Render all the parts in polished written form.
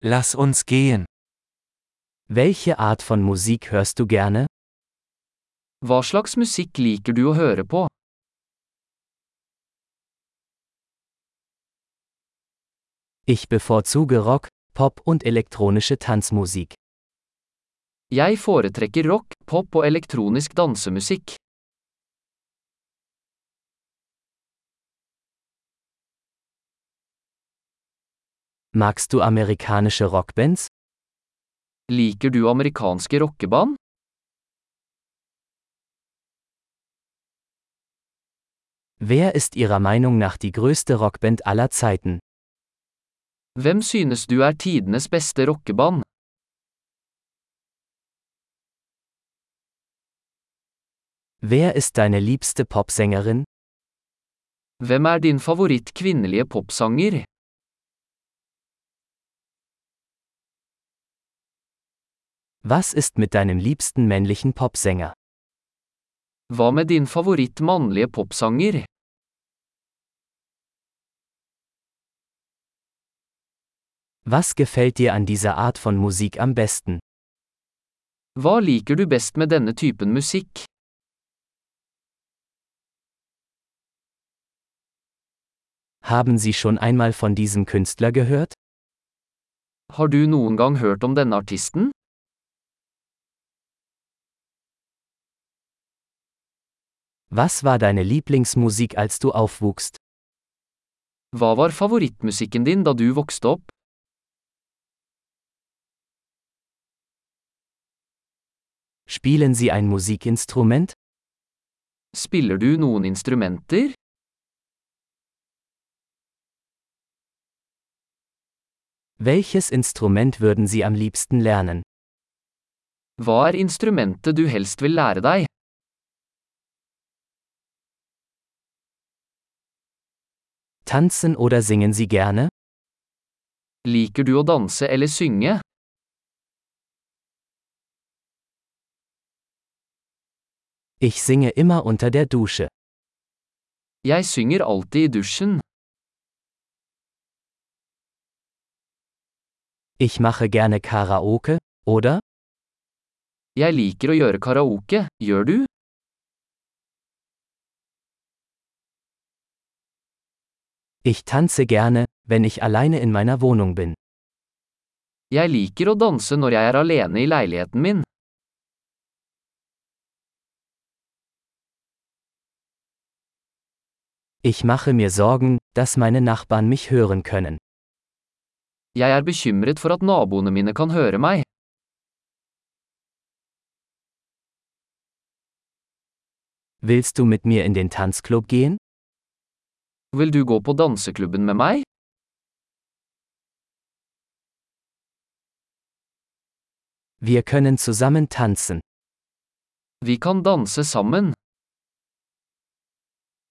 Lass uns gehen. Welche Art von Musik hörst du gerne? Hva slags musikk liker du å høre på? Ich bevorzuge Rock, Pop und elektronische Tanzmusik. Jeg foretrekker rock, pop og elektronisk dansemusikk. Magst du amerikanische Rockbands? Liker du amerikanske rockeband? Wer ist Ihrer Meinung nach die größte Rockband aller Zeiten? Hvem synes du er tidenes beste rockeband? Wer ist deine liebste Popsängerin? Hvem er din favoritt kvinnelige popsanger? Was ist mit deinem liebsten männlichen Popsänger? Hva med din favoritt mannlige popsanger? Was gefällt dir an dieser Art von Musik am besten? Hva liker du best med denne typen musikk? Haben Sie schon einmal von diesem Künstler gehört? Har du noen gang hørt om denne artisten? Was war deine Lieblingsmusik, als du aufwuchst? Hva var favorittmusikken din da du vokste opp? Spielen Sie ein Musikinstrument? Spiller du noen instrumenter? Welches Instrument würden Sie am liebsten lernen? Hva er instrumentet du helst vil lære deg? Tanzen oder singen Sie gerne? Liker du å danse eller synge? Ich singe immer unter der Dusche. Jeg synger alltid i dusjen. Ich mache gerne Karaoke, oder? Jeg liker å gjøre karaoke, gjør du? Ich tanze gerne, wenn ich alleine in meiner Wohnung bin. Jeg liker å danse når jeg er alene i leiligheten min. Ich mache mir Sorgen, dass meine Nachbarn mich hören können. Jeg er bekymret for at naboene mine kan høre meg. Willst du mit mir in den Tanzclub gehen? Vil du gå på danseklubben med meg? Wir können zusammen tanzen. Vi kan danse sammen.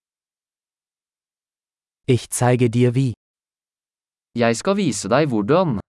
Ich zeige dir wie. Jeg skal vise deg hvordan.